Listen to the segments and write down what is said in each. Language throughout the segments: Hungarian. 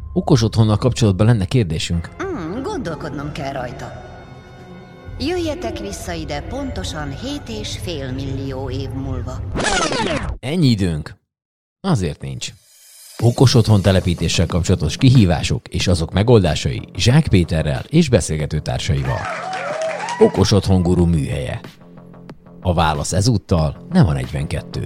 Okos otthonnal kapcsolatban lenne kérdésünk. Gondolkodnom kell rajta. Jöjjetek vissza ide pontosan 7,5 millió év múlva. Ennyi időnk? Azért nincs. Okos otthon telepítéssel kapcsolatos kihívások és azok megoldásai Zsák Péterrel és beszélgető társaival. Okos otthon guru műhelye. A válasz ezúttal nem a 42.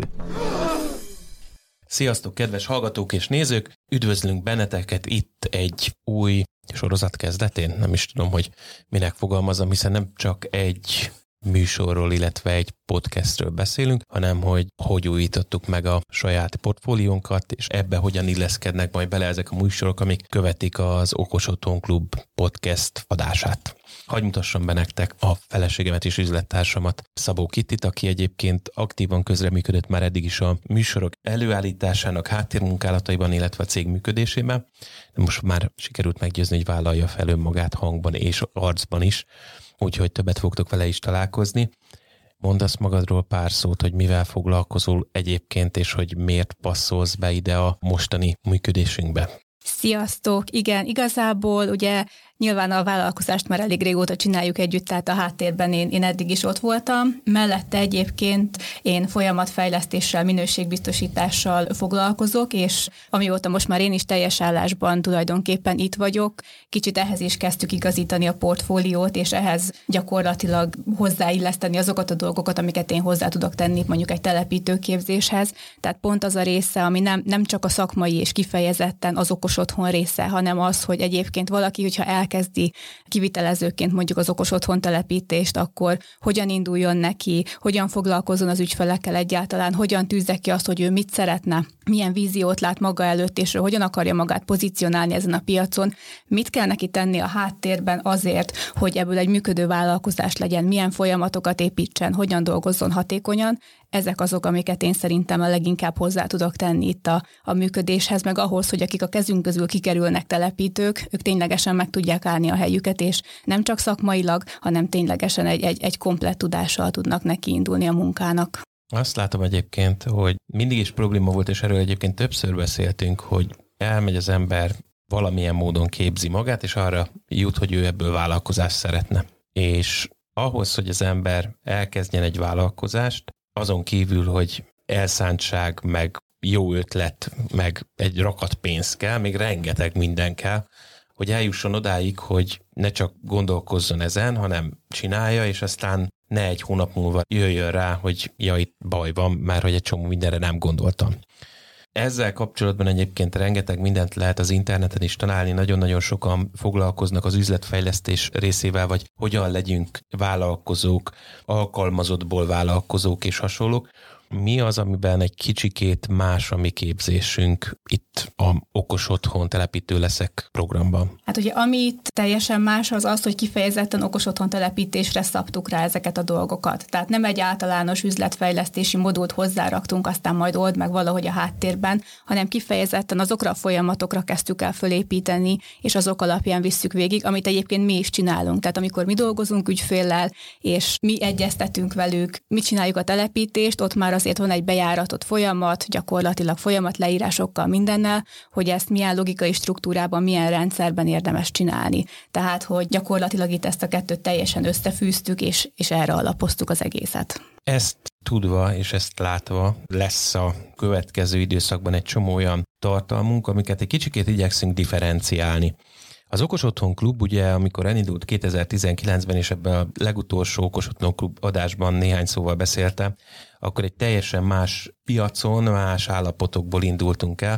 Sziasztok, kedves hallgatók és nézők! Üdvözlünk benneteket itt egy új sorozat kezdetén. Nem is tudom, hogy minek fogalmazom, hiszen nem csak egy műsorról, illetve egy podcastről beszélünk, hanem hogy újítottuk meg a saját portfóliónkat, és ebbe hogyan illeszkednek majd bele ezek a műsorok, amik követik az Okos Otthon Klub podcast adását. Hadd mutassam be nektek a feleségemet és üzlettársamat, Szabó Kittit, aki egyébként aktívan közreműködött már eddig is a műsorok előállításának háttérmunkálataiban, illetve a cég működésében. De most már sikerült meggyőzni, hogy vállalja fel önmagát hangban és arcban is, úgyhogy többet fogtok vele is találkozni. Mondasz magadról pár szót, hogy mivel foglalkozol egyébként, és hogy miért passzolsz be ide a mostani működésünkbe. Sziasztok! Igen, igazából ugye nyilván a vállalkozást már elég régóta csináljuk együtt, tehát a háttérben én eddig is ott voltam. Mellette egyébként én folyamatfejlesztéssel, minőségbiztosítással foglalkozok, és amióta most már én is teljes állásban tulajdonképpen itt vagyok, kicsit ehhez is kezdtük igazítani a portfóliót, és ehhez gyakorlatilag hozzáilleszteni azokat a dolgokat, amiket én hozzá tudok tenni mondjuk egy telepítőképzéshez. Tehát pont az a része, ami nem csak a szakmai és kifejezetten az okos otthon része, hanem az, hogy egyébként valaki, hogyha elkezdi kivitelezőként mondjuk az okos otthon telepítést, akkor hogyan induljon neki, hogyan foglalkozzon az ügyfelekkel egyáltalán, hogyan tűzze ki azt, hogy ő mit szeretne, milyen víziót lát maga előtt, és hogyan akarja magát pozícionálni ezen a piacon, mit kell neki tenni a háttérben azért, hogy ebből egy működő vállalkozás legyen, milyen folyamatokat építsen, hogyan dolgozzon hatékonyan. Ezek azok, amiket én szerintem a leginkább hozzá tudok tenni itt a működéshez, meg ahhoz, hogy akik a kezünk közül kikerülnek telepítők, ők ténylegesen meg tudják állni a helyüket, és nem csak szakmailag, hanem ténylegesen egy komplett tudással tudnak neki indulni a munkának. Azt látom egyébként, hogy mindig is probléma volt, és erről egyébként többször beszéltünk, hogy elmegy az ember, valamilyen módon képzi magát, és arra jut, hogy ő ebből vállalkozást szeretne. És ahhoz, hogy az ember elkezdjen egy vállalkozást, azon kívül, hogy elszántság, meg jó ötlet, meg egy rakat pénz kell, még rengeteg minden kell, hogy eljusson odáig, hogy ne csak gondolkozzon ezen, hanem csinálja, és aztán ne egy hónap múlva jöjjön rá, hogy ja, itt baj van, már hogy egy csomó mindenre nem gondoltam. Ezzel kapcsolatban egyébként rengeteg mindent lehet az interneten is találni, nagyon-nagyon sokan foglalkoznak az üzletfejlesztés részével, vagy hogyan legyünk vállalkozók, alkalmazottból vállalkozók és hasonlók. Mi az, amiben egy kicsikét más a mi képzésünk itt a Okos Otthon Telepítő Leszek programban? Hát ugye amit teljesen más az, hogy kifejezetten okos otthon telepítésre szabtuk rá ezeket a dolgokat. Tehát nem egy általános üzletfejlesztési modult hozzáraktunk, aztán majd old meg valahogy a háttérben, hanem kifejezetten azokra a folyamatokra kezdtük el fölépíteni, és azok alapján visszük végig, amit egyébként mi is csinálunk. Tehát amikor mi dolgozunk ügyféllel, és mi egyeztetünk velük, mi csináljuk a telepítést, ott már azért van egy bejáratott folyamat, gyakorlatilag folyamatleírásokkal mindennel, hogy ezt milyen logikai struktúrában, milyen rendszerben érdemes csinálni. Tehát, hogy gyakorlatilag itt ezt a kettőt teljesen összefűztük, és erre alapoztuk az egészet. Ezt tudva és ezt látva lesz a következő időszakban egy csomó olyan tartalmunk, amiket egy kicsikét igyekszünk differenciálni. Az Okos Otthon Klub ugye, amikor elindult 2019-ben, és ebben a legutolsó Okos Otthon Klub adásban néhány szóval beszéltem, akkor egy teljesen más piacon, más állapotokból indultunk el,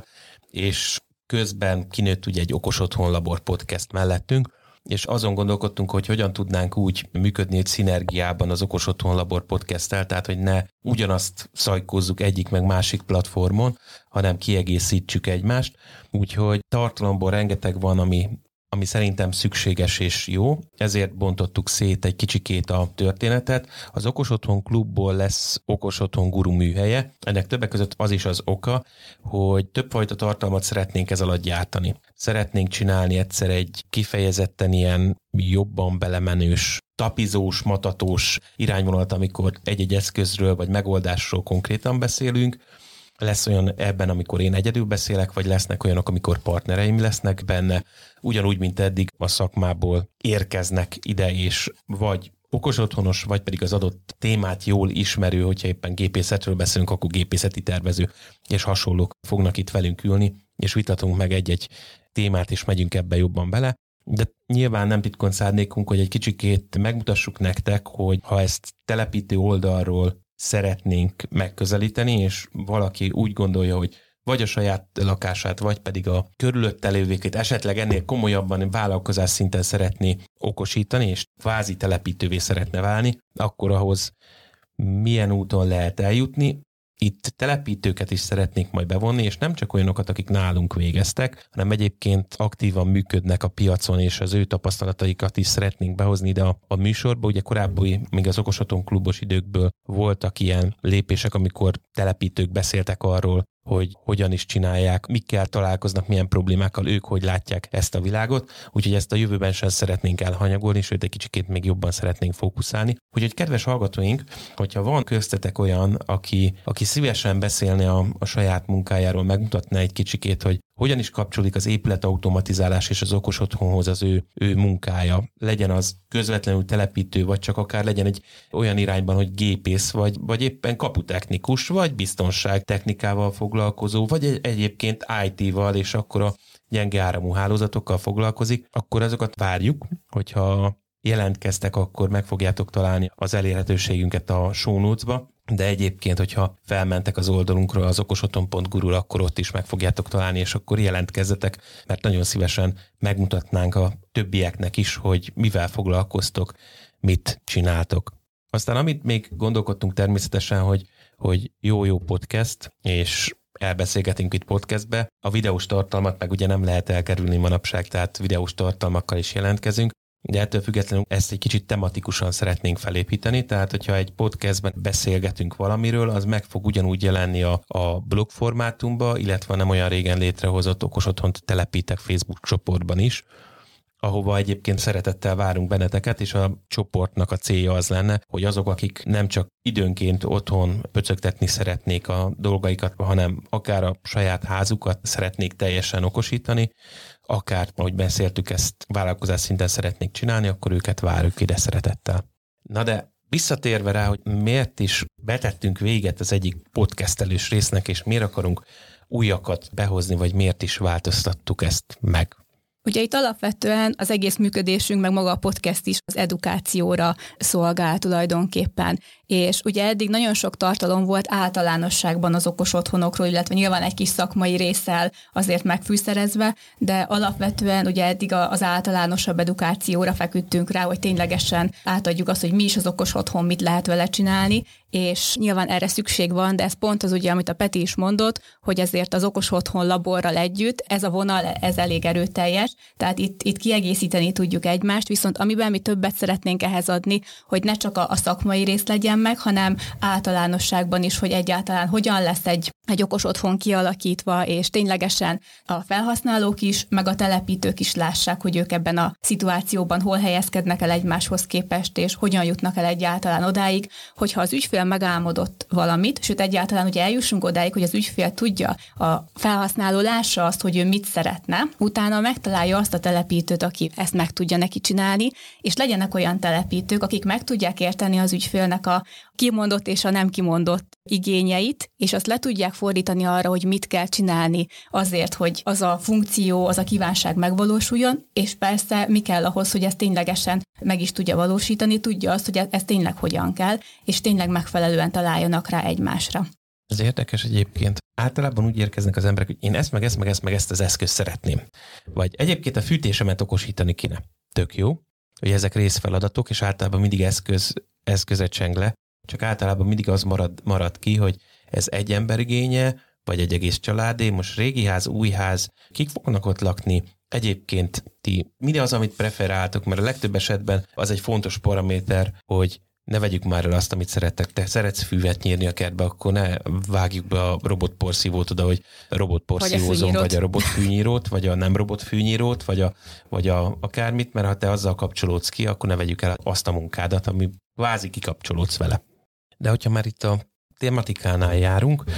és közben kinőtt ugye egy Okos Otthon Labor podcast mellettünk, és azon gondolkodtunk, hogy hogyan tudnánk úgy működni egy szinergiában az Okos Otthon Labor podcast-tel, tehát hogy ne ugyanazt szajkózzuk egyik meg másik platformon, hanem kiegészítsük egymást. Úgyhogy tartalomból rengeteg van, ami szerintem szükséges és jó, ezért bontottuk szét egy kicsikét a történetet. Az Okos Otthon Klubból lesz Okos Otthon Guru műhelye. Ennek többek között az is az oka, hogy többfajta tartalmat szeretnénk ez alatt gyártani. Szeretnénk csinálni egyszer egy kifejezetten ilyen jobban belemenős, tapizós, matatós irányvonalat, amikor egy-egy eszközről vagy megoldásról konkrétan beszélünk. Lesz olyan ebben, amikor én egyedül beszélek, vagy lesznek olyanok, amikor partnereim lesznek benne, ugyanúgy, mint eddig a szakmából érkeznek ide, és vagy okos otthonos, vagy pedig az adott témát jól ismerő, hogyha éppen gépészetről beszélünk, akkor gépészeti tervező és hasonlók fognak itt velünk ülni, és vitatunk meg egy-egy témát, és megyünk ebbe jobban bele. De nyilván nem titkon szándékunk, hogy egy kicsikét megmutassuk nektek, hogy ha ezt telepítő oldalról szeretnénk megközelíteni, és valaki úgy gondolja, hogy vagy a saját lakását, vagy pedig a körülötte lévőket esetleg ennél komolyabban vállalkozás szinten szeretné okosítani, és kvázi telepítővé szeretne válni, akkor ahhoz milyen úton lehet eljutni. Itt telepítőket is szeretnénk majd bevonni, és nem csak olyanokat, akik nálunk végeztek, hanem egyébként aktívan működnek a piacon, és az ő tapasztalataikat is szeretnénk behozni ide a műsorba. Ugye korábban még az Okos Otthon klubos időkből voltak ilyen lépések, amikor telepítők beszéltek arról, hogy hogyan is csinálják, mikkel találkoznak, milyen problémákkal, ők hogy látják ezt a világot, úgyhogy ezt a jövőben sem szeretnénk elhanyagolni, sőt egy kicsikét még jobban szeretnénk fókuszálni. Úgyhogy kedves hallgatóink, hogyha van köztetek olyan, aki szívesen beszélne a saját munkájáról, megmutatná egy kicsikét, hogy hogyan is kapcsolódik az épületautomatizálás és az okos otthonhoz az ő munkája. Legyen az közvetlenül telepítő, vagy csak akár legyen egy olyan irányban, hogy gépész, vagy éppen kaputechnikus, vagy biztonságtechnikával foglalkozó, vagy egyébként IT-val, és akkor a gyenge áramú hálózatokkal foglalkozik, akkor azokat várjuk, hogyha jelentkeztek, akkor meg fogjátok találni az elérhetőségünket a show notes-ba, de egyébként, hogyha felmentek az oldalunkra, az okosotthon.guru-ra, akkor ott is meg fogjátok találni, és akkor jelentkezzetek, mert nagyon szívesen megmutatnánk a többieknek is, hogy mivel foglalkoztok, mit csináltok. Aztán amit még gondolkodtunk természetesen, hogy jó podcast, és elbeszélgetünk itt podcastbe, a videós tartalmat meg ugye nem lehet elkerülni manapság, tehát videós tartalmakkal is jelentkezünk, de ettől függetlenül ezt egy kicsit tematikusan szeretnénk felépíteni, tehát hogyha egy podcastben beszélgetünk valamiről, az meg fog ugyanúgy jelenni a blog formátumba, illetve nem olyan régen létrehozott Okos Otthont telepítek Facebook csoportban is, ahova egyébként szeretettel várunk benneteket, és a csoportnak a célja az lenne, hogy azok, akik nem csak időnként otthon pöcögtetni szeretnék a dolgaikat, hanem akár a saját házukat szeretnék teljesen okosítani, akár, ahogy beszéltük, ezt vállalkozás szinten szeretnék csinálni, akkor őket várjuk ide szeretettel. Na de visszatérve rá, hogy miért is betettünk véget az egyik podcastelős résznek, és miért akarunk újakat behozni, vagy miért is változtattuk ezt meg. Ugye itt alapvetően az egész működésünk, meg maga a podcast is az edukációra szolgál tulajdonképpen. És ugye eddig nagyon sok tartalom volt általánosságban az okos otthonokról, illetve nyilván egy kis szakmai résszel azért megfűszerezve, de alapvetően ugye eddig az általánosabb edukációra feküdtünk rá, hogy ténylegesen átadjuk azt, hogy mi is az okos otthon, mit lehet vele csinálni, és nyilván erre szükség van, de ez pont az ugye, amit a Peti is mondott, hogy azért az okos otthon laborral együtt ez a vonal, ez elég erőteljes, tehát itt kiegészíteni tudjuk egymást, viszont amiben mi többet szeretnénk ehhez adni, hogy ne csak a szakmai rész legyen meg, hanem általánosságban is, hogy egyáltalán hogyan lesz egy okos otthon kialakítva, és ténylegesen a felhasználók is, meg a telepítők is lássák, hogy ők ebben a szituációban hol helyezkednek el egymáshoz képest, és hogyan jutnak el egyáltalán odáig, hogyha az ügyfél megálmodott valamit, sőt egyáltalán ugye eljussunk odáig, hogy az ügyfél tudja, a felhasználó lássa azt, hogy ő mit szeretne, utána megtalálja azt a telepítőt, aki ezt meg tudja neki csinálni, és legyenek olyan telepítők, akik meg tudják érteni az ügyfélnek a kimondott és a nem kimondott igényeit, és azt le tudják fordítani arra, hogy mit kell csinálni azért, hogy az a funkció, az a kívánság megvalósuljon, és persze mi kell ahhoz, hogy ezt ténylegesen meg is tudja valósítani, tudja azt, hogy ez tényleg hogyan kell, és tényleg megfelelően találjanak rá egymásra. Ez érdekes egyébként. Általában úgy érkeznek az emberek, hogy én ezt meg ezt az eszközt szeretném. Vagy egyébként a fűtésemet okosítani kéne. Tök jó, hogy ezek részfeladatok, és általában mindig eszközet cseng le, csak általában mindig az marad ki, hogy ez egy ember igénye, vagy egy egész családé, most régi ház, új ház, kik fognak ott lakni, egyébként ti mi az, amit preferáltok, mert a legtöbb esetben az egy fontos paraméter, hogy ne vegyük már el azt, amit szerettek. Te szeretsz füvet nyírni a kertbe, akkor ne vágjuk be a robotporszívót oda, hogy robotporszívózom, vagy a robotfűnyírót, vagy a nem robotfűnyírót, vagy a akármit, mert ha te azzal kapcsolódsz ki, akkor ne vegyük el azt a munkádat, ami kvázi kikapcsolódsz vele. De hogyha már itt a tématikánál járunk,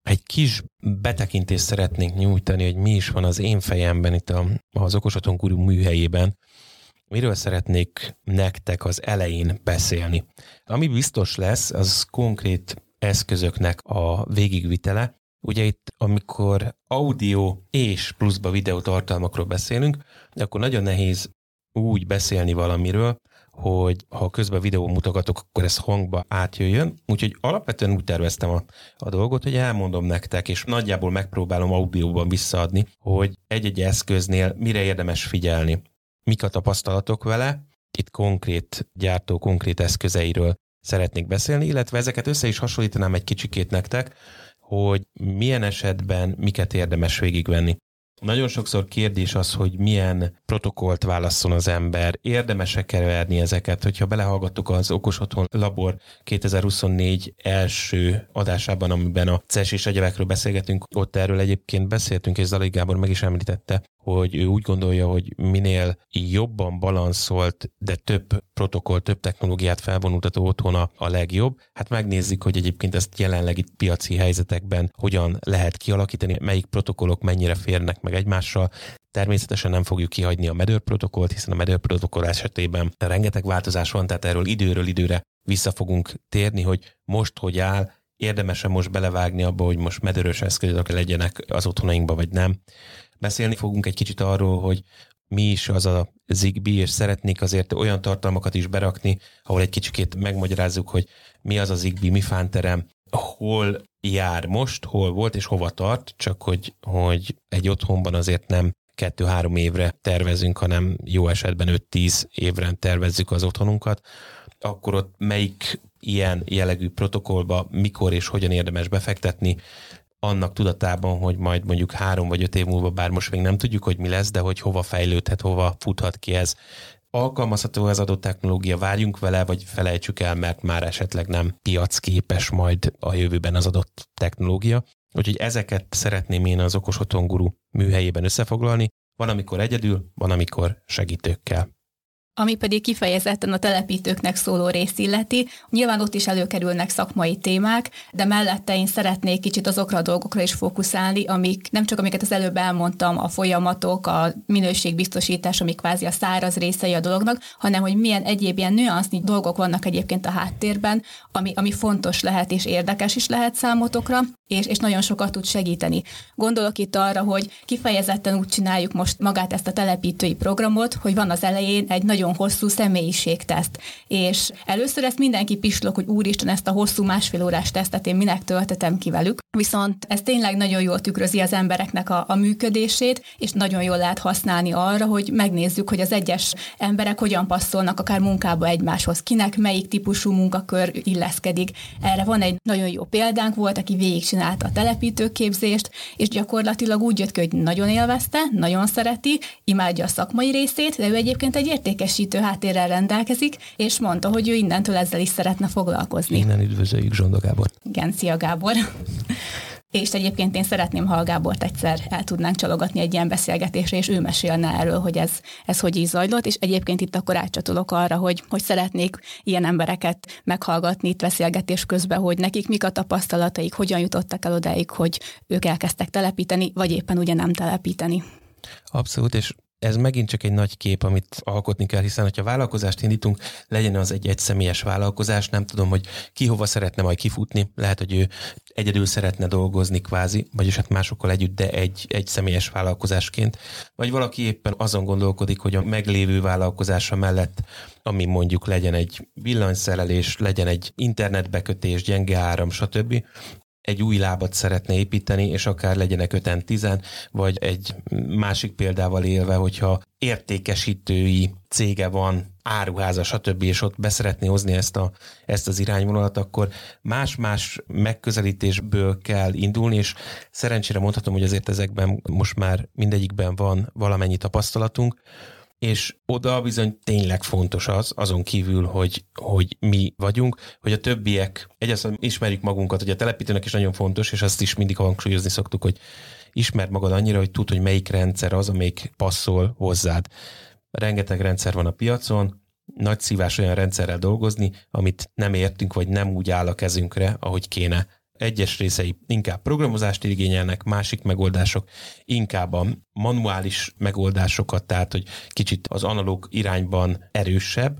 egy kis betekintést szeretnénk nyújtani, hogy mi is van az én fejemben itt az Okos Otthon Guru műhelyében, miről szeretnék nektek az elején beszélni. Ami biztos lesz, az konkrét eszközöknek a végigvitele. Ugye itt, amikor audio és pluszba videó tartalmakról beszélünk, akkor nagyon nehéz úgy beszélni valamiről, hogy ha közben videó mutogatok, akkor ez hangba átjöjjön. Úgyhogy alapvetően úgy terveztem a dolgot, hogy elmondom nektek, és nagyjából megpróbálom audióban visszaadni, hogy egy-egy eszköznél mire érdemes figyelni. Mik a tapasztalatok vele, itt konkrét gyártó, konkrét eszközeiről szeretnék beszélni, illetve ezeket össze is hasonlítanám egy kicsikét nektek, hogy milyen esetben miket érdemes végigvenni. Nagyon sokszor kérdés az, hogy milyen protokollt válasszon az ember, érdemes-e keverni ezeket, hogyha belehallgattuk az Okos Otthon Labor 2024 első adásában, amiben a CES és egyebekről beszélgetünk, ott erről egyébként beszéltünk, és Zalai Gábor meg is említette, hogy ő úgy gondolja, hogy minél jobban balanszolt, de több protokoll, több technológiát felvonultató otthona a legjobb. Hát megnézzük, hogy egyébként ezt jelenlegi piaci helyzetekben hogyan lehet kialakítani, melyik protokollok mennyire férnek meg egymással. Természetesen nem fogjuk kihagyni a Matter protokollt, hiszen a Matter protokoll esetében rengeteg változás van, tehát erről időről időre vissza fogunk térni, hogy most hogy áll, érdemes-e most belevágni abba, hogy most Matterös eszközök legyenek az otthonainkba, vagy nem. Beszélni fogunk egy kicsit arról, hogy mi is az a Zigbee, és szeretnék azért olyan tartalmakat is berakni, ahol egy kicsikét megmagyarázzuk, hogy mi az a Zigbee, mi fánterem, hol jár most, hol volt és hova tart, csak hogy egy otthonban azért nem 2-3 évre tervezünk, hanem jó esetben 5-10 évre tervezzük az otthonunkat, akkor ott melyik ilyen jellegű protokollba mikor és hogyan érdemes befektetni, annak tudatában, hogy majd mondjuk 3 vagy 5 év múlva, bár most még nem tudjuk, hogy mi lesz, de hogy hova fejlődhet, hova futhat ki ez. Alkalmazható az adott technológia, várjunk vele, vagy felejtsük el, mert már esetleg nem piacképes majd a jövőben az adott technológia. Úgyhogy ezeket szeretném én az Okos Otthon Guru műhelyében összefoglalni. Van, amikor egyedül, van, amikor segítőkkel. Ami pedig kifejezetten a telepítőknek szóló részt illeti. Nyilván ott is előkerülnek szakmai témák, de mellette én szeretnék kicsit azokra a dolgokra is fókuszálni, amik nem csak amiket az előbb elmondtam, a folyamatok, a minőségbiztosítás, amik kvázi a száraz részei a dolognak, hanem hogy milyen egyéb ilyen nüansznyi dolgok vannak egyébként a háttérben, ami fontos lehet és érdekes is lehet számotokra, és nagyon sokat tud segíteni. Gondolok itt arra, hogy kifejezetten úgy csináljuk most magát ezt a telepítői programot, hogy van az elején egy nagyon hosszú személyiségteszt. És először ezt mindenki pislog, hogy úristen, ezt a hosszú 1,5 órás tesztet én minek töltetem ki velük. Viszont ez tényleg nagyon jól tükrözi az embereknek a működését, és nagyon jól lehet használni arra, hogy megnézzük, hogy az egyes emberek hogyan passzolnak akár munkába egymáshoz, kinek melyik típusú munkakör illeszkedik. Erre van egy nagyon jó példánk, volt, aki végigcsinálta a telepítőképzést, és gyakorlatilag úgy jött ki, hogy nagyon élvezte, nagyon szereti, imádja a szakmai részét, de ő egyébként egy értékesítő háttérrel rendelkezik, és mondta, hogy ő innentől ezzel is szeretne foglalkozni. Innen üdvözöljük Zsonda Gábor. Igen, szia Gábor. És egyébként én szeretném, ha a Gábort egyszer el tudnánk csalogatni egy ilyen beszélgetésre, és ő mesélne erről, hogy ez hogy így zajlott, és egyébként itt akkor átcsatolok arra, hogy szeretnék ilyen embereket meghallgatni itt beszélgetés közben, hogy nekik mik a tapasztalataik, hogyan jutottak el odáig, hogy ők elkezdtek telepíteni, vagy éppen ugye nem telepíteni. Abszolút, és ez megint csak egy nagy kép, amit alkotni kell, hiszen ha vállalkozást indítunk, legyen az egy egyszemélyes vállalkozás, nem tudom, hogy ki hova szeretne majd kifutni, lehet, hogy ő egyedül szeretne dolgozni kvázi, vagyis hát másokkal együtt, de egy személyes vállalkozásként, vagy valaki éppen azon gondolkodik, hogy a meglévő vállalkozása mellett, ami mondjuk legyen egy villanyszerelés, legyen egy internetbekötés, gyenge áram, stb., egy új lábat szeretne építeni, és akár legyenek 5-10, vagy egy másik példával élve, hogyha értékesítői cége van, áruháza, stb., és ott beszeretné hozni ezt az irányvonalat, akkor más-más megközelítésből kell indulni, és szerencsére mondhatom, hogy azért ezekben most már mindegyikben van valamennyi tapasztalatunk, és oda bizony tényleg fontos azon kívül, hogy mi vagyunk, hogy a többiek egyáltalán ismerjük magunkat, hogy a telepítőnek is nagyon fontos, és azt is mindig hangsúlyozni szoktuk, hogy ismerd magad annyira, hogy tudd, hogy melyik rendszer az, amelyik passzol hozzád. Rengeteg rendszer van a piacon, nagy szívás olyan rendszerrel dolgozni, amit nem értünk, vagy nem úgy áll a kezünkre, ahogy kéne. egyes részei inkább programozást igényelnek, másik megoldások inkább a manuális megoldásokat, tehát hogy kicsit az analóg irányban erősebb,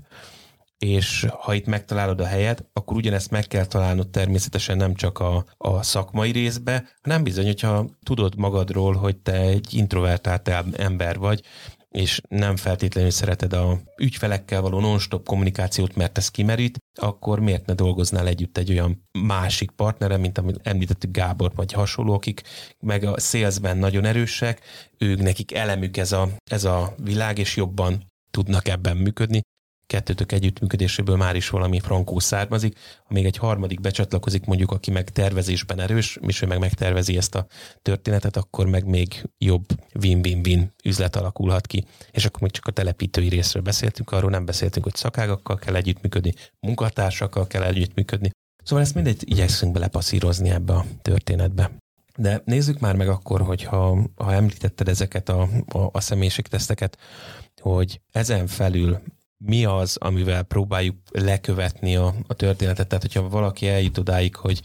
és ha itt megtalálod a helyet, akkor ugyanezt meg kell találnod természetesen nem csak a szakmai részbe, hanem bizony, hogyha tudod magadról, hogy te egy introvertált ember vagy, és nem feltétlenül szereted a ügyfelekkel való non-stop kommunikációt, mert ez kimerít, akkor miért ne dolgoznál együtt egy olyan másik partnerrel, mint amit említettük, Gábor vagy hasonló, akik meg a salesben nagyon erősek, ők nekik elemük ez a világ, és jobban tudnak ebben működni. Kettőtök együttműködéséből már is valami frankó származik, ha még egy harmadik becsatlakozik, mondjuk, aki meg tervezésben erős, és ő meg megtervezi ezt a történetet, akkor meg még jobb win-win-win üzlet alakulhat ki. És akkor még csak a telepítői részről beszéltünk, arról nem beszéltünk, hogy szakágakkal kell együttműködni, munkatársakkal kell együttműködni. Szóval ezt mindegy igyekszünk belepasszírozni ebbe a történetbe. De nézzük már meg akkor, hogy ha említetted ezeket a személyiségteszteket, hogy ezen felül mi az, amivel próbáljuk lekövetni a történetet. Tehát, hogyha valaki eljut odáig, hogy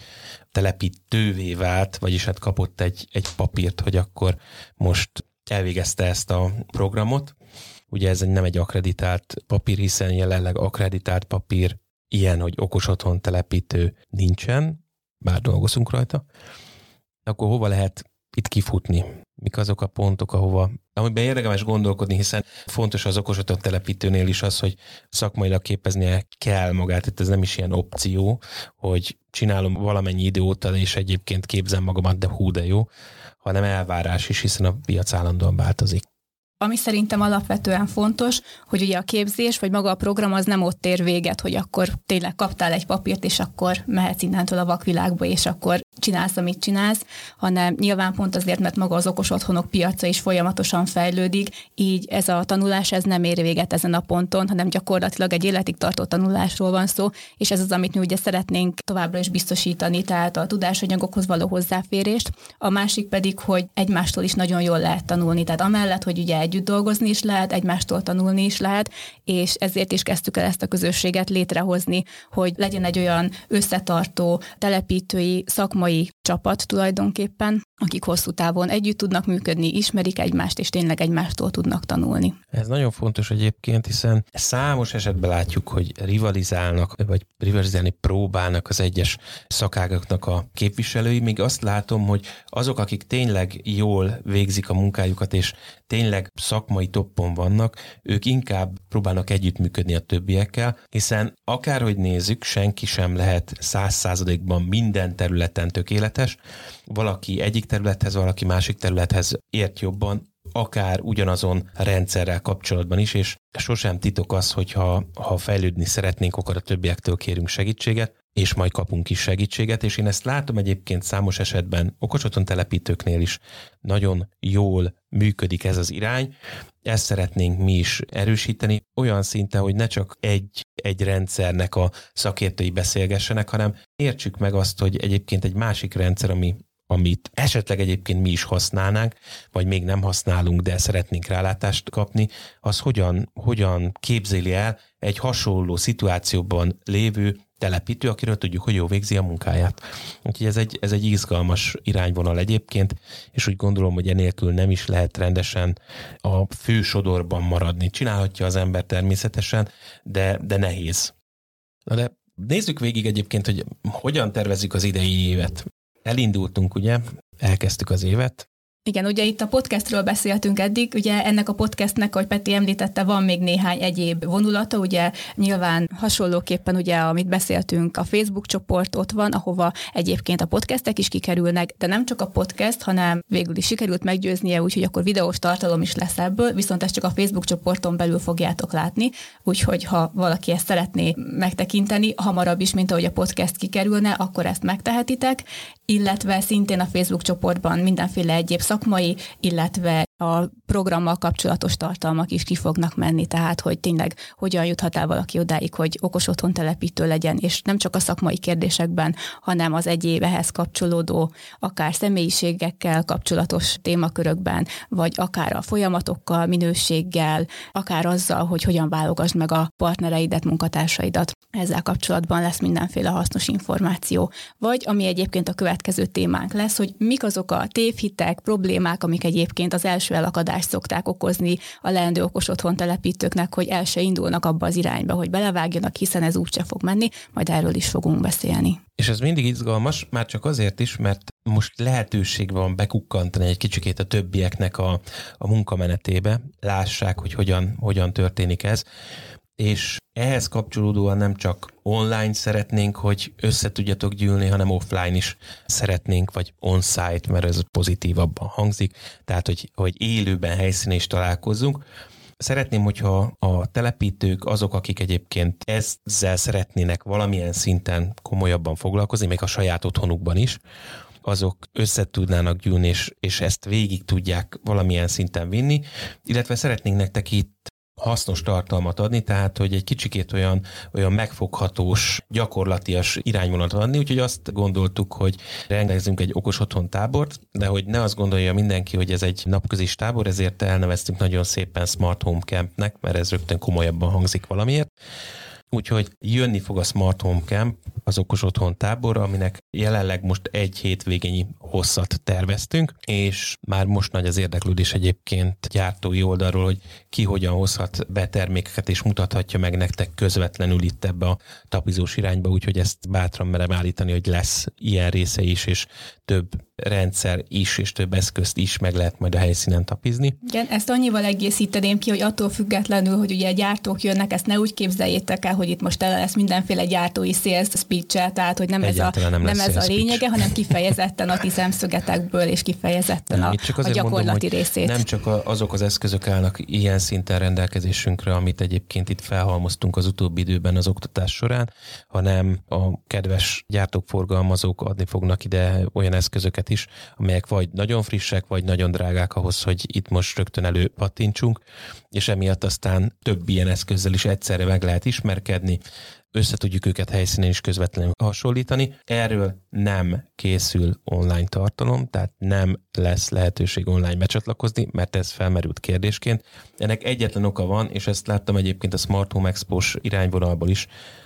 telepítővé vált, vagyis hát kapott egy papírt, hogy akkor most elvégezte ezt a programot. Ugye ez nem egy akkreditált papír, hiszen jelenleg akkreditált papír ilyen, hogy okos otthon telepítő nincsen, bár dolgozunk rajta. Akkor hova lehet itt kifutni? Mik azok a pontok, amiben érdemes gondolkodni, hiszen fontos az okos otthon telepítőnél is az, hogy szakmailag képeznie kell magát. Itt ez nem is ilyen opció, hogy csinálom valamennyi idő óta, és egyébként képzem magamat, de jó, hanem elvárás is, hiszen a piac állandóan változik. Ami szerintem alapvetően fontos, hogy ugye a képzés, vagy maga a program az nem ott ér véget, hogy akkor tényleg kaptál egy papírt, és akkor mehetsz innentől a vakvilágba, és akkor csinálsz, amit csinálsz, hanem nyilván pont azért, mert maga az okos otthonok piaca is folyamatosan fejlődik, így ez a tanulás ez nem ér véget ezen a ponton, hanem gyakorlatilag egy életig tartó tanulásról van szó, és ez az, amit mi ugye szeretnénk továbbra is biztosítani, tehát a tudásanyagokhoz való hozzáférést. A másik pedig, hogy egymástól is nagyon jól lehet tanulni, tehát amellett, hogy ugye együtt dolgozni is lehet, egymástól tanulni is lehet, és ezért is kezdtük el ezt a közösséget létrehozni, hogy legyen egy olyan összetartó, telepítői, szakmai csapat tulajdonképpen, akik hosszú távon együtt tudnak működni, ismerik egymást, és tényleg egymástól tudnak tanulni. Ez nagyon fontos egyébként, hiszen számos esetben látjuk, hogy rivalizálnak, vagy rivalizálni próbálnak az egyes szakágaknak a képviselői. Még azt látom, hogy azok, akik tényleg jól végzik a munkájukat, és tényleg szakmai toppon vannak, ők inkább próbálnak együttműködni a többiekkel, hiszen akárhogy nézzük, senki sem lehet 100%-ban minden területen tökéletes. Valaki egyik területhez, valaki másik területhez ért jobban, akár ugyanazon rendszerrel kapcsolatban is, és sosem titok az, hogy ha fejlődni szeretnénk, akkor a többiektől kérünk segítséget, és majd kapunk is segítséget, és én ezt látom egyébként számos esetben okos otthon telepítőknél is nagyon jól működik ez az irány. Ezt szeretnénk mi is erősíteni, olyan szinten, hogy ne csak egy rendszernek a szakértői beszélgessenek, hanem értsük meg azt, hogy egyébként egy másik rendszer, amit esetleg egyébként mi is használnánk, vagy még nem használunk, de szeretnénk rálátást kapni, az hogyan képzeli el egy hasonló szituációban lévő telepítő, akiről tudjuk, hogy jól végzi a munkáját. Úgyhogy ez egy izgalmas irányvonal egyébként, és úgy gondolom, hogy enélkül nem is lehet rendesen a fő sodorban maradni. Csinálhatja az ember természetesen, de nehéz. Na de nézzük végig egyébként, hogy hogyan tervezzük az idei évet. Elindultunk, ugye? Elkezdtük az évet. Igen, ugye itt a podcastről beszéltünk eddig, ugye ennek a podcastnek, ahogy Peti említette, van még néhány egyéb vonulata, ugye nyilván hasonlóképpen ugye, amit beszéltünk, a Facebook csoport ott van, ahova egyébként a podcastek is kikerülnek, de nem csak a podcast, hanem végül is sikerült meggyőznie, úgyhogy akkor videós tartalom is lesz ebből, viszont ezt csak a Facebook csoporton belül fogjátok látni, úgyhogy ha valaki ezt szeretné megtekinteni, hamarabb is, mint ahogy a podcast kikerülne, akkor ezt megtehetitek, illetve szintén a Facebook csoportban mindenféle egyéb szakmai, illetve a programmal kapcsolatos tartalmak is ki fognak menni, tehát hogy tényleg hogyan juthat el valaki odáig, hogy okos otthon telepítő legyen, és nem csak a szakmai kérdésekben, hanem az egyéb ehhez kapcsolódó, akár személyiségekkel kapcsolatos témakörökben, vagy akár a folyamatokkal, minőséggel, akár azzal, hogy hogyan válogasd meg a partnereidet, munkatársaidat. ezzel kapcsolatban lesz mindenféle hasznos információ. Vagy ami egyébként a következő témánk lesz, hogy mik azok a tévhitek, problémák, amik egyébként az első elakadást szokták okozni a leendő okos otthon telepítőknek, hogy el se indulnak abba az irányba, hogy belevágjanak, hiszen ez úgyse fog menni, majd erről is fogunk beszélni. És ez mindig izgalmas, már csak azért is, mert most lehetőség van bekukkantani egy kicsikét a többieknek a munkamenetébe, lássák, hogy hogyan történik ez, és ehhez kapcsolódóan nem csak online szeretnénk, hogy összetudjatok gyűlni, hanem offline is szeretnénk, vagy on-site, mert ez pozitívabban hangzik, tehát hogy élőben helyszínen is találkozzunk. Szeretném, hogyha a telepítők, azok, akik egyébként ezzel szeretnének valamilyen szinten komolyabban foglalkozni, még a saját otthonukban is, azok összetudnának gyűlni, és ezt végig tudják valamilyen szinten vinni, illetve szeretnénk nektek itt hasznos tartalmat adni, tehát hogy egy kicsikét olyan megfoghatós, gyakorlatias irányvonalat adni, úgyhogy azt gondoltuk, hogy rendezzünk egy okos otthon tábort, de hogy ne azt gondolja mindenki, hogy ez egy napközis tábor, ezért elneveztünk nagyon szépen Smart Home Campnek, mert ez rögtön komolyabban hangzik valamiért. Úgyhogy jönni fog a Smart Home Camp, az okos otthon tábor, aminek jelenleg most egy hétvégényi hosszat terveztünk, és már most nagy az érdeklődés egyébként gyártói oldalról, hogy ki hogyan hozhat be termékeket, és mutathatja meg nektek közvetlenül itt ebbe a tapizós irányba, úgyhogy ezt bátran merem állítani, hogy lesz ilyen része is, és több rendszer is, és több eszközt is meg lehet majd a helyszínen tapizni. Igen, ezt annyival egészíteném ki, hogy attól függetlenül, hogy ugye gyártók jönnek, ezt ne úgy képzeljétek el, hogy itt most tele lesz mindenféle gyártói sales speech-el, tehát hogy nem ez a lényege, hanem kifejezetten a ti szemszögetekből, és kifejezetten a gyakorlati mondom, részét. Nem csak azok az eszközök állnak ilyen szinten rendelkezésünkre, amit egyébként itt felhalmoztunk az utóbbi időben az oktatás során, hanem a kedves gyártók, forgalmazók adni fognak ide olyan eszközöket is, amelyek vagy nagyon frissek, vagy nagyon drágák ahhoz, hogy itt most rögtön előpattintsunk, és emiatt aztán több ilyen eszközzel is egyszerre meg lehet ismerkedni, összetudjuk őket helyszínen is közvetlenül hasonlítani. Erről nem készül online tartalom, tehát nem lesz lehetőség online becsatlakozni, mert ez felmerült kérdésként. Ennek egyetlen oka van, és ezt láttam egyébként a Smart Home Expo-s irányvonalból is.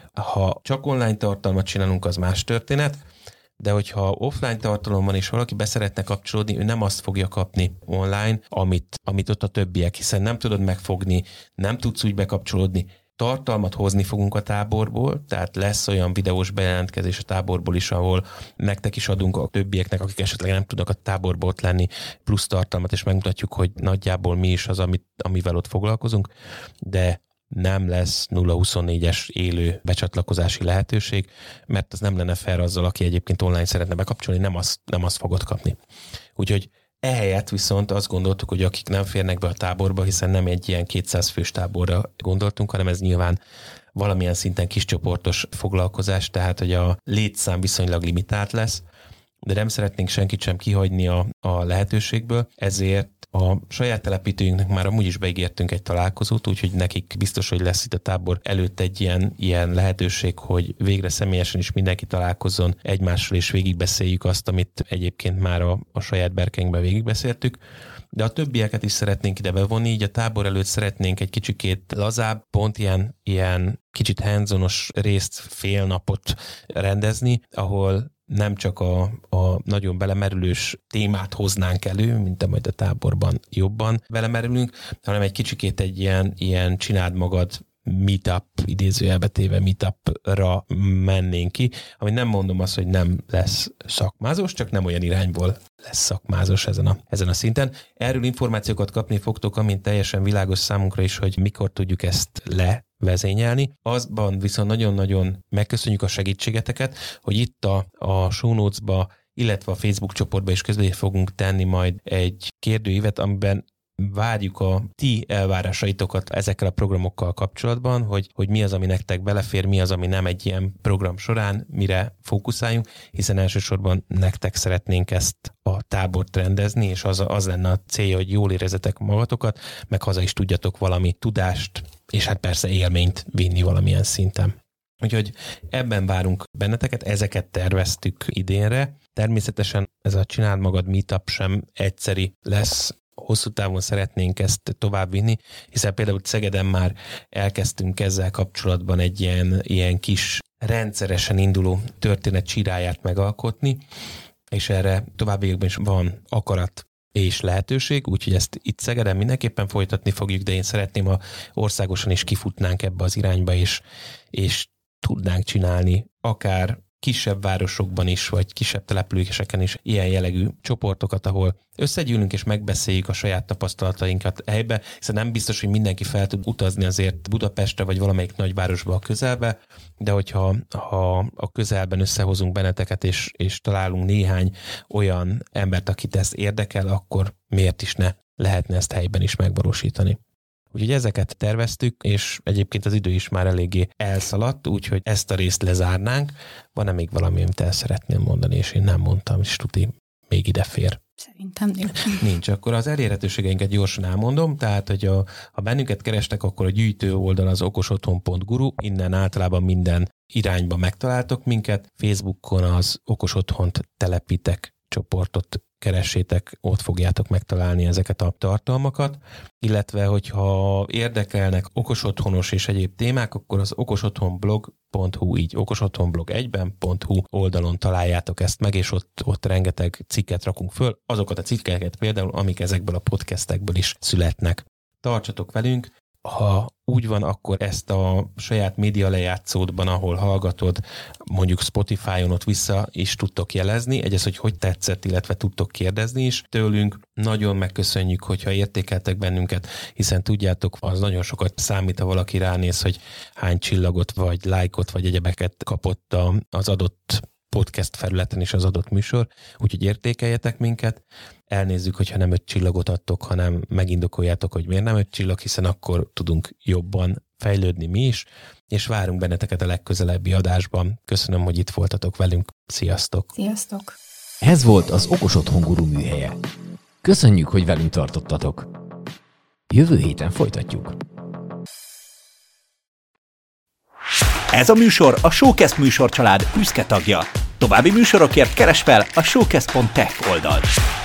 Ha csak online tartalmat csinálunk, az más történet, de hogyha offline tartalom van, és valaki beszeretne kapcsolódni, ő nem azt fogja kapni online, amit ott a többiek, hiszen nem tudod megfogni, nem tudsz úgy bekapcsolódni. Tartalmat hozni fogunk a táborból, tehát lesz olyan videós bejelentkezés a táborból is, ahol nektek is adunk a többieknek, akik esetleg nem tudnak a táborból ott lenni, plusz tartalmat, és megmutatjuk, hogy nagyjából mi is az, amivel ott foglalkozunk, de nem lesz 0-24-es élő becsatlakozási lehetőség, mert az nem lenne fair azzal, aki egyébként online szeretne bekapcsolni, nem azt fogod kapni. Úgyhogy ehelyett viszont azt gondoltuk, hogy akik nem férnek be a táborba, hiszen nem egy ilyen 200 fős táborra gondoltunk, hanem ez nyilván valamilyen szinten kiscsoportos foglalkozás, tehát hogy a létszám viszonylag limitált lesz, de nem szeretnénk senkit sem kihagyni a lehetőségből, ezért a saját telepítőinknek már amúgy is beígértünk egy találkozót, úgyhogy nekik biztos, hogy lesz itt a tábor előtt egy ilyen lehetőség, hogy végre személyesen is mindenki találkozzon egymással, és végigbeszéljük azt, amit egyébként már a saját berkeinkben végigbeszéltük. De a többieket is szeretnénk ide bevonni, így a tábor előtt szeretnénk egy kicsikét lazább, pont ilyen kicsit hands-onos részt, fél napot rendezni, ahol nem csak a nagyon belemerülős témát hoznánk elő, mint majd a táborban jobban belemerülünk, hanem egy kicsikét egy ilyen csináld magad meetup, idézőjelbe téve meetupra mennénk ki, ami nem mondom azt, hogy nem lesz szakmázós, csak nem olyan irányból lesz szakmázós ezen a szinten. Erről információkat kapni fogtok, amint teljesen világos számunkra is, hogy mikor tudjuk ezt levezényelni. Azban viszont nagyon-nagyon megköszönjük a segítségeteket, hogy itt a show notes-ba, illetve a Facebook csoportba is közé fogunk tenni majd egy kérdőívet, amiben várjuk a ti elvárásaitokat ezekkel a programokkal kapcsolatban, hogy mi az, ami nektek belefér, mi az, ami nem egy ilyen program során, mire fókuszáljunk, hiszen elsősorban nektek szeretnénk ezt a tábort rendezni, és az lenne a célja, hogy jól érezzetek magatokat, meg haza is tudjatok valami tudást, és hát persze élményt vinni valamilyen szinten. Úgyhogy ebben várunk benneteket, ezeket terveztük idénre. Természetesen ez a Csináld Magad meetup sem egyszeri lesz, hosszú távon szeretnénk ezt továbbvinni, hiszen például Szegeden már elkezdtünk ezzel kapcsolatban egy ilyen kis rendszeresen induló történet csiráját megalkotni, és erre továbbiakban is van akarat és lehetőség, úgyhogy ezt itt Szegeden mindenképpen folytatni fogjuk, de én szeretném, ha országosan is kifutnánk ebbe az irányba, és tudnánk csinálni akár kisebb városokban is, vagy kisebb településeken is ilyen jellegű csoportokat, ahol összegyűlünk és megbeszéljük a saját tapasztalatainkat helybe, hiszen nem biztos, hogy mindenki fel tud utazni azért Budapestre, vagy valamelyik nagyvárosba a közelbe, de hogyha a közelben összehozunk benneteket, és találunk néhány olyan embert, akit ez érdekel, akkor miért is ne lehetne ezt helyben is megvalósítani. Úgyhogy ezeket terveztük, és egyébként az idő is már eléggé elszaladt, úgyhogy ezt a részt lezárnánk. Van-e még valami, amit el szeretném mondani, és én nem mondtam, és tuti még ide fér? Szerintem nincs. Nincs. Akkor az elérhetőségeinket gyorsan elmondom, tehát, hogy ha bennünket kerestek, akkor a gyűjtő oldal az okosotthon.guru, innen általában minden irányba megtaláltok minket. Facebookon az Okos Otthont telepítek csoportot keressétek, ott fogjátok megtalálni ezeket a tartalmakat, illetve hogyha érdekelnek okosotthon-os és egyéb témák, akkor az okosotthonblog.hu, így okosotthonblog1.hu oldalon találjátok ezt meg, és ott rengeteg cikket rakunk föl, azokat a cikkeket például, amik ezekből a podcastekből is születnek. Tartsatok velünk, ha úgy van, akkor ezt a saját média lejátszódban, ahol hallgatod, mondjuk Spotify-on ott vissza is tudtok jelezni, egyrészt, hogy tetszett, illetve tudtok kérdezni is tőlünk. Nagyon megköszönjük, hogyha értékeltek bennünket, hiszen tudjátok, az nagyon sokat számít, ha valaki ránéz, hogy hány csillagot, vagy lájkot, vagy egyebeket kapott az adott podcast felületen is az adott műsor, úgyhogy értékeljetek minket. Elnézzük, hogyha nem 5 csillagot adtok, hanem megindokoljátok, hogy miért nem 5 csillag, hiszen akkor tudunk jobban fejlődni mi is, és várunk benneteket a legközelebbi adásban. Köszönöm, hogy itt voltatok velünk. Sziasztok! Sziasztok! Ez volt az Okos Otthon Guru műhelye. Köszönjük, hogy velünk tartottatok. Jövő héten folytatjuk. Ez a műsor a Showcast műsorcsalád büszke tagja. További műsorokért keresd fel a showcast.tech oldalt.